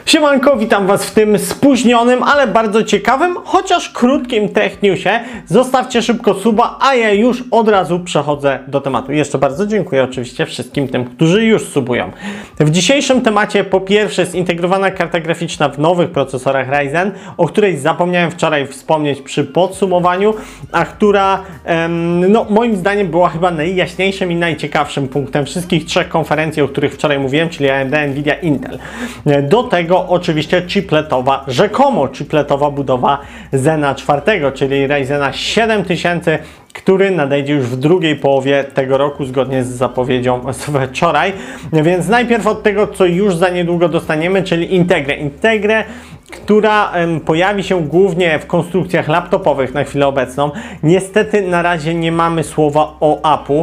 Siemanko, witam Was w tym spóźnionym, ale bardzo ciekawym, chociaż krótkim Tech Newsie. Zostawcie szybko suba, a ja już od razu przechodzę do tematu. Jeszcze bardzo dziękuję oczywiście wszystkim tym, którzy już subują. W dzisiejszym temacie po pierwsze zintegrowana karta graficzna w nowych procesorach Ryzen, o której zapomniałem wczoraj wspomnieć przy podsumowaniu, a która no, moim zdaniem była chyba najjaśniejszym i najciekawszym punktem wszystkich trzech konferencji, o których wczoraj mówiłem, czyli AMD, Nvidia, Intel. Do tego oczywiście chipletowa, rzekomo chipletowa budowa Zena 4, czyli Ryzena 7000, który nadejdzie już w drugiej połowie tego roku, zgodnie z zapowiedzią z wczoraj. Więc najpierw od tego, co już za niedługo dostaniemy, czyli Integrę. Integrę, która pojawi się głównie w konstrukcjach laptopowych na chwilę obecną. Niestety na razie nie mamy słowa o APU.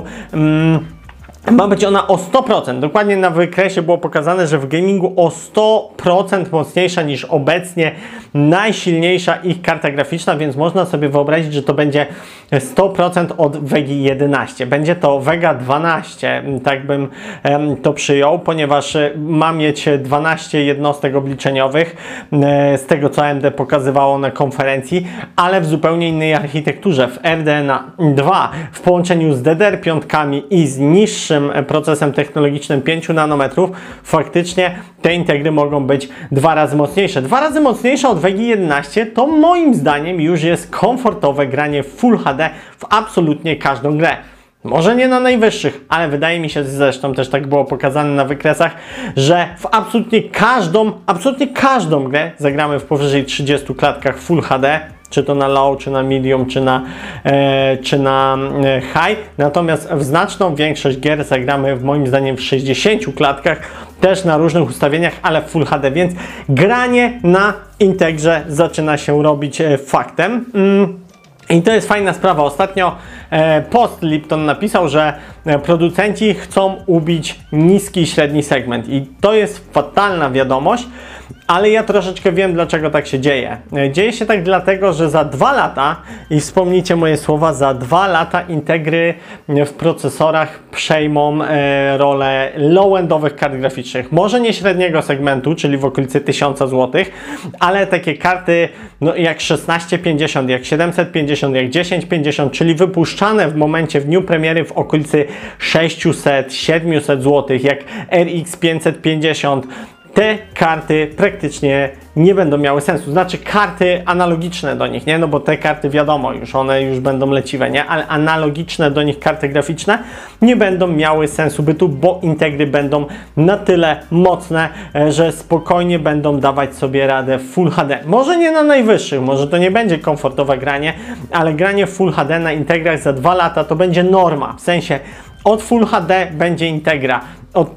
Ma być ona o 100%. Dokładnie na wykresie było pokazane, że w gamingu o 100% mocniejsza niż obecnie najsilniejsza ich karta graficzna, więc można sobie wyobrazić, że to będzie 100% od Vegi 11. Będzie to Vega 12, tak bym to przyjął, ponieważ ma mieć 12 jednostek obliczeniowych, z tego co AMD pokazywało na konferencji, ale w zupełnie innej architekturze, w RDNA 2, w połączeniu z DDR5 i z niższym procesem technologicznym 5 nanometrów, faktycznie te integry mogą być 2 razy mocniejsze. 2 razy mocniejsze od Vegi 11 to moim zdaniem już jest komfortowe granie w Full HD w absolutnie każdą grę. Może nie na najwyższych, ale wydaje mi się, zresztą też tak było pokazane na wykresach, że w absolutnie każdą grę zagramy w powyżej 30 klatkach Full HD, czy to na low, czy na medium, czy na high. Natomiast w znaczną większość gier zagramy moim zdaniem w 60 klatkach, też na różnych ustawieniach, ale w Full HD, więc granie na Integrze zaczyna się robić faktem. I to jest fajna sprawa. Ostatnio Post Lipton napisał, że producenci chcą ubić niski i średni segment. I to jest fatalna wiadomość, ale ja troszeczkę wiem, dlaczego tak się dzieje. Dzieje się tak dlatego, że za 2 lata, i wspomnijcie moje słowa, za 2 lata Integry w procesorach przejmą rolę low-endowych kart graficznych. Może nie średniego segmentu, czyli w okolicy 1000 zł, ale takie karty no, jak 1650, jak 750, jak 1050, czyli wypuszczane w momencie, w dniu premiery w okolicy 600-700 zł, jak RX 550, te karty praktycznie nie będą miały sensu. Znaczy karty analogiczne do nich, nie? No bo te karty wiadomo już, one już będą leciwe, nie? Ale analogiczne do nich karty graficzne nie będą miały sensu bytu, bo Integry będą na tyle mocne, że spokojnie będą dawać sobie radę w Full HD. Może nie na najwyższych, może to nie będzie komfortowe granie, ale granie w Full HD na Integrach za 2 lata to będzie norma. W sensie od Full HD będzie Integra. Od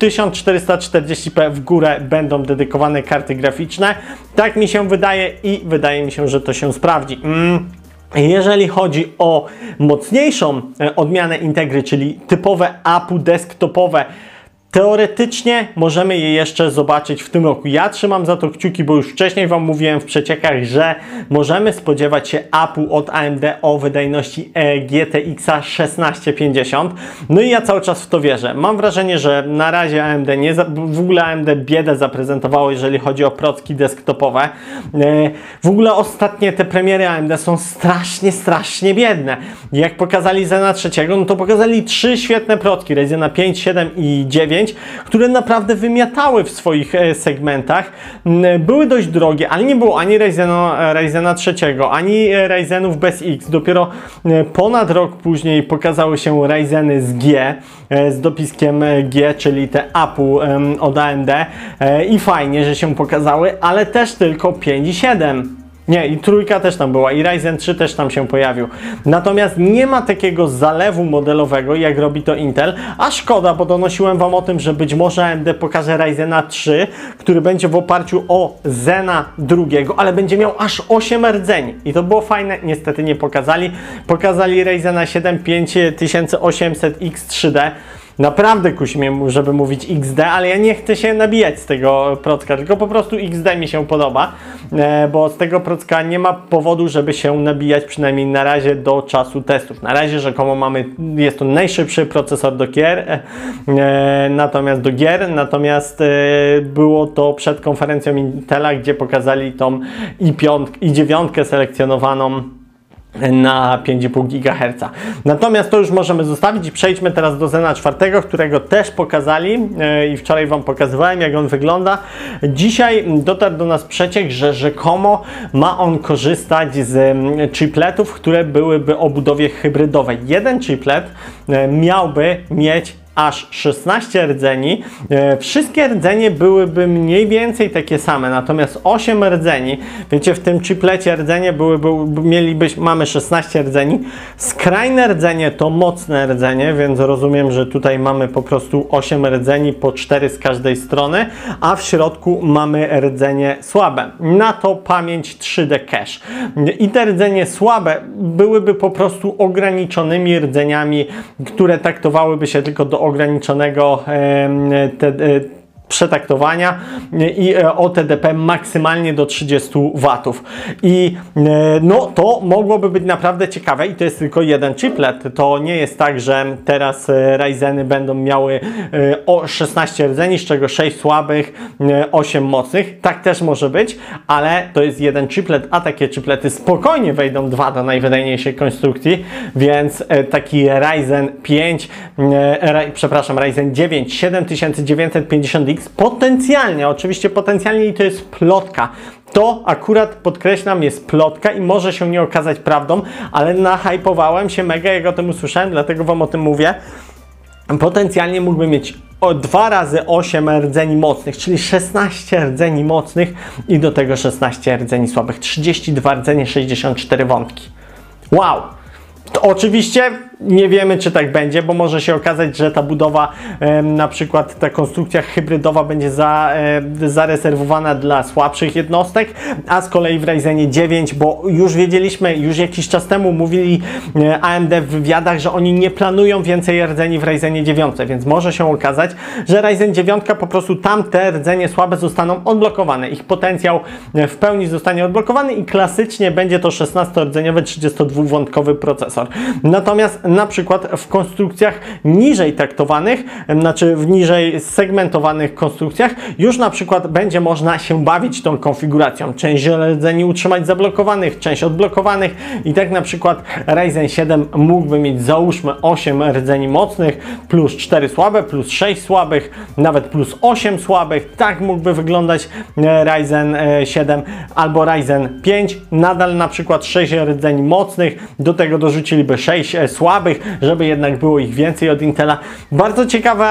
1440p w górę będą dedykowane karty graficzne. Tak mi się wydaje i wydaje mi się, że to się sprawdzi. Jeżeli chodzi o mocniejszą odmianę Integry, czyli typowe APU desktopowe, teoretycznie możemy je jeszcze zobaczyć w tym roku. Ja trzymam za to kciuki, bo już wcześniej Wam mówiłem w przeciekach, że możemy spodziewać się APU od AMD o wydajności GTX 1650. No i ja cały czas w to wierzę. Mam wrażenie, że na razie AMD w ogóle AMD biedę zaprezentowało, jeżeli chodzi o procki desktopowe. W ogóle ostatnie te premiery AMD są strasznie biedne. Jak pokazali Zena 3, no to pokazali 3 świetne procki, Ryzena 5, 7 i 9, które naprawdę wymiatały w swoich segmentach. Były dość drogie, ale nie było ani Ryzena 3, ani Ryzenów bez X. Dopiero ponad rok później pokazały się Ryzeny z G, z dopiskiem G, czyli te APU od AMD. I fajnie, że się pokazały, ale też tylko 5 i 7. Nie, i trójka też tam była, i Ryzen 3 też tam się pojawił. Natomiast nie ma takiego zalewu modelowego, jak robi to Intel, a szkoda, bo donosiłem Wam o tym, że być może AMD pokaże Ryzena 3, który będzie w oparciu o Zena 2, ale będzie miał aż 8 rdzeni. I to było fajne, niestety nie pokazali. Pokazali Ryzena 7 5800X 3D. naprawdę kusi mnie, żeby mówić XD, ale ja nie chcę się nabijać z tego procka, tylko po prostu XD mi się podoba, bo z tego procka nie ma powodu, żeby się nabijać, przynajmniej na razie do czasu testów. Na razie rzekomo jest to najszybszy procesor do gier, natomiast było to przed konferencją Intela, gdzie pokazali tą i9 selekcjonowaną na 5,5 GHz. Natomiast to już możemy zostawić i przejdźmy teraz do Zena 4, którego też pokazali i wczoraj Wam pokazywałem, jak on wygląda. Dzisiaj dotarł do nas przeciek, że rzekomo ma on korzystać z chipletów, które byłyby o budowie hybrydowej. Jeden chiplet miałby mieć aż 16 rdzeni. Wszystkie rdzenie byłyby mniej więcej takie same, natomiast 8 rdzeni, wiecie, w tym chiplecie rdzenie mamy 16 rdzeni. Skrajne rdzenie to mocne rdzenie, więc rozumiem, że tutaj mamy po prostu 8 rdzeni, po 4 z każdej strony, a w środku mamy rdzenie słabe. Na to pamięć 3D cache. I te rdzenie słabe byłyby po prostu ograniczonymi rdzeniami, które taktowałyby się tylko do ograniczonego przetaktowania i o TDP maksymalnie do 30 W. I no to mogłoby być naprawdę ciekawe i to jest tylko jeden chiplet. To nie jest tak, że teraz Ryzeny będą miały 16 rdzeni, z czego 6 słabych, 8 mocnych. Tak też może być, ale to jest jeden chiplet, a takie chiplety spokojnie wejdą 2 do najwydajniejszej konstrukcji, więc taki Ryzen 5, Ryzen 9 7950X potencjalnie, oczywiście potencjalnie i to jest plotka. To akurat, podkreślam, jest plotka i może się nie okazać prawdą, ale nahypowałem się mega, jak o tym usłyszałem, dlatego Wam o tym mówię. Potencjalnie mógłby mieć 2 razy 8 rdzeni mocnych, czyli 16 rdzeni mocnych i do tego 16 rdzeni słabych. 32 rdzenie, 64 wątki. Wow! To oczywiście nie wiemy, czy tak będzie, bo może się okazać, że ta budowa, na przykład ta konstrukcja hybrydowa będzie zarezerwowana dla słabszych jednostek, a z kolei w Ryzenie 9, bo już wiedzieliśmy, już jakiś czas temu mówili AMD w wywiadach, że oni nie planują więcej rdzeni w Ryzenie 9, więc może się okazać, że Ryzen 9 po prostu tamte rdzenie słabe zostaną odblokowane. Ich potencjał w pełni zostanie odblokowany i klasycznie będzie to 16-rdzeniowy, 32-wątkowy procesor. Natomiast na przykład w konstrukcjach niżej taktowanych, znaczy w niżej segmentowanych konstrukcjach, już na przykład będzie można się bawić tą konfiguracją. Część rdzeni utrzymać zablokowanych, część odblokowanych i tak na przykład Ryzen 7 mógłby mieć, załóżmy, 8 rdzeni mocnych, plus 4 słabe, plus 6 słabych, nawet plus 8 słabych. Tak mógłby wyglądać Ryzen 7 albo Ryzen 5. Nadal na przykład 6 rdzeni mocnych, do tego dorzuciliby 6 słabych, żeby jednak było ich więcej od Intela. Bardzo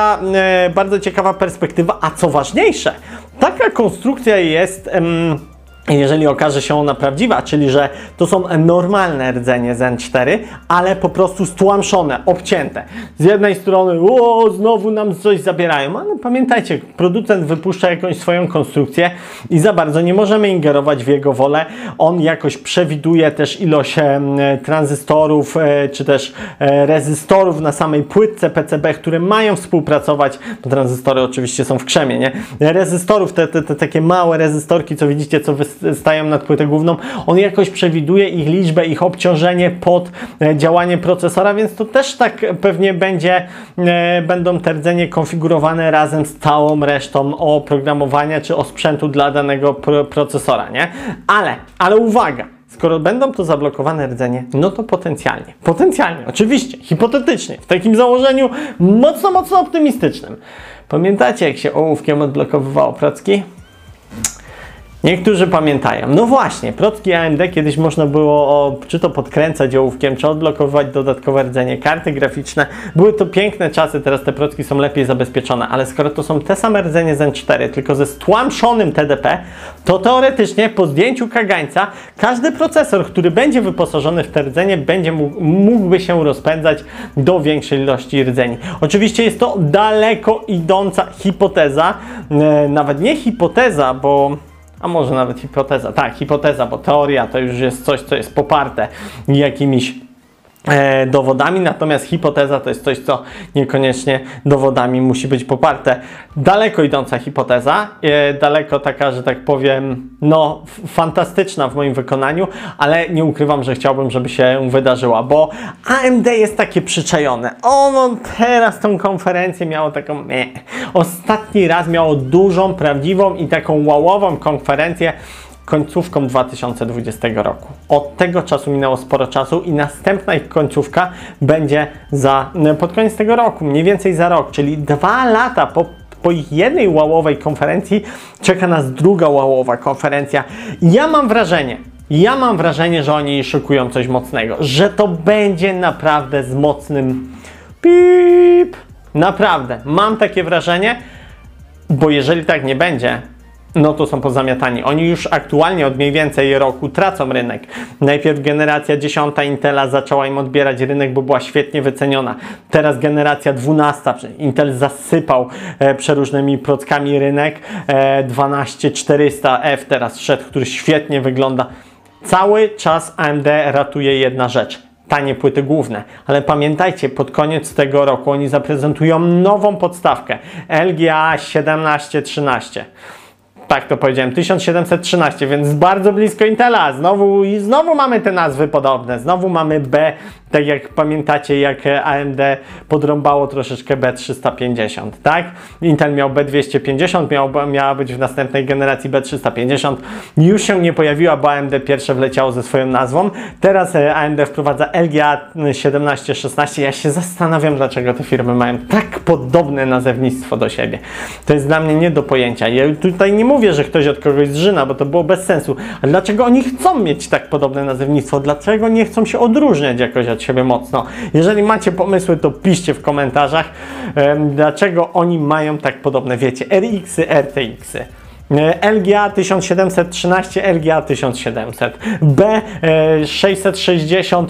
ciekawa perspektywa, a co ważniejsze, taka konstrukcja jest, jeżeli okaże się ona prawdziwa, czyli że to są normalne rdzenie Zen 4, ale po prostu stłamszone, obcięte. Z jednej strony, znowu nam coś zabierają, ale pamiętajcie, producent wypuszcza jakąś swoją konstrukcję i za bardzo nie możemy ingerować w jego wolę. On jakoś przewiduje też ilość tranzystorów, czy też rezystorów na samej płytce PCB, które mają współpracować, bo tranzystory oczywiście są w krzemie, nie? Rezystorów, te takie małe rezystorki, co widzicie, co stają nad płytę główną, on jakoś przewiduje ich liczbę, ich obciążenie pod działanie procesora, więc to też tak pewnie będą te rdzenie konfigurowane razem z całą resztą oprogramowania czy sprzętu dla danego procesora, nie? Ale uwaga! Skoro będą to zablokowane rdzenie, no to potencjalnie, oczywiście, hipotetycznie, w takim założeniu mocno optymistycznym. Pamiętacie, jak się ołówkiem odblokowywało procki? Niektórzy pamiętają. No właśnie, procki AMD kiedyś można było czy to podkręcać ołówkiem, czy odblokowywać dodatkowe rdzenie, karty graficzne. Były to piękne czasy, teraz te procki są lepiej zabezpieczone, ale skoro to są te same rdzenie Zen 4, tylko ze stłamszonym TDP, to teoretycznie po zdjęciu kagańca każdy procesor, który będzie wyposażony w te rdzenie, mógłby się rozpędzać do większej ilości rdzeni. Oczywiście jest to daleko idąca hipoteza, nawet nie hipoteza, a może nawet hipoteza. Tak, hipoteza, bo teoria to już jest coś, co jest poparte jakimiś dowodami, natomiast hipoteza to jest coś, co niekoniecznie dowodami musi być poparte. Daleko idąca hipoteza, daleko taka, że tak powiem, no fantastyczna w moim wykonaniu, ale nie ukrywam, że chciałbym, żeby się wydarzyła, bo AMD jest takie przyczajone. Ono teraz tą konferencję miało taką, ostatni raz miało dużą, prawdziwą i taką wowową konferencję końcówką 2020 roku. Od tego czasu minęło sporo czasu i następna ich końcówka będzie pod koniec tego roku, mniej więcej za rok, czyli 2 lata po ich jednej wawowej konferencji czeka nas druga wawowa konferencja. Ja mam wrażenie, że oni szykują coś mocnego, że to będzie naprawdę z mocnym pip. Naprawdę, mam takie wrażenie, bo jeżeli tak nie będzie, no to są pozamiatani. Oni już aktualnie od mniej więcej roku tracą rynek. Najpierw generacja 10 Intela zaczęła im odbierać rynek, bo była świetnie wyceniona. Teraz generacja 12, Intel zasypał przeróżnymi prockami rynek. 12400F teraz wszedł, który świetnie wygląda. Cały czas AMD ratuje jedna rzecz. Tanie płyty główne, ale pamiętajcie, pod koniec tego roku oni zaprezentują nową podstawkę LGA 1713. Tak to powiedziałem, 1713, więc bardzo blisko Intela. Znowu mamy te nazwy podobne. Znowu mamy B, tak jak pamiętacie, jak AMD podrąbało troszeczkę B350, tak? Intel miał B250, miała być w następnej generacji B350. Już się nie pojawiła, bo AMD pierwsze wleciało ze swoją nazwą. Teraz AMD wprowadza LGA 1716. Ja się zastanawiam, dlaczego te firmy mają tak podobne nazewnictwo do siebie. To jest dla mnie nie do pojęcia. Ja tutaj nie mówię, że ktoś od kogoś zżyna, bo to było bez sensu. A dlaczego oni chcą mieć tak podobne nazewnictwo? Dlaczego nie chcą się odróżniać jakoś od siebie mocno? Jeżeli macie pomysły, to piszcie w komentarzach, dlaczego oni mają tak podobne, wiecie, RX-y, RTX-y. LGA 1713, LGA 1700, B660,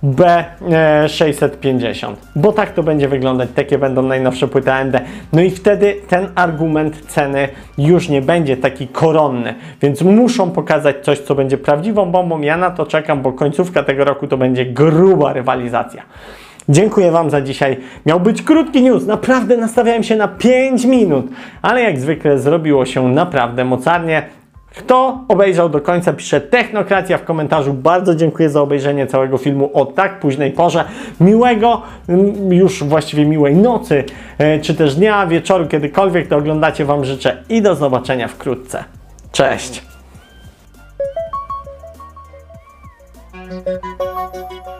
B650, bo tak to będzie wyglądać, takie będą najnowsze płyty AMD. No i wtedy ten argument ceny już nie będzie taki koronny, więc muszą pokazać coś, co będzie prawdziwą bombą. Ja na to czekam, bo końcówka tego roku to będzie gruba rywalizacja. Dziękuję Wam za dzisiaj. Miał być krótki news, naprawdę nastawiałem się na 5 minut, ale jak zwykle zrobiło się naprawdę mocarnie. Kto obejrzał do końca, pisze Technokracja w komentarzu. Bardzo dziękuję za obejrzenie całego filmu o tak późnej porze. Miłego, już właściwie miłej nocy, czy też dnia, wieczoru, kiedykolwiek to oglądacie, Wam życzę i do zobaczenia wkrótce. Cześć!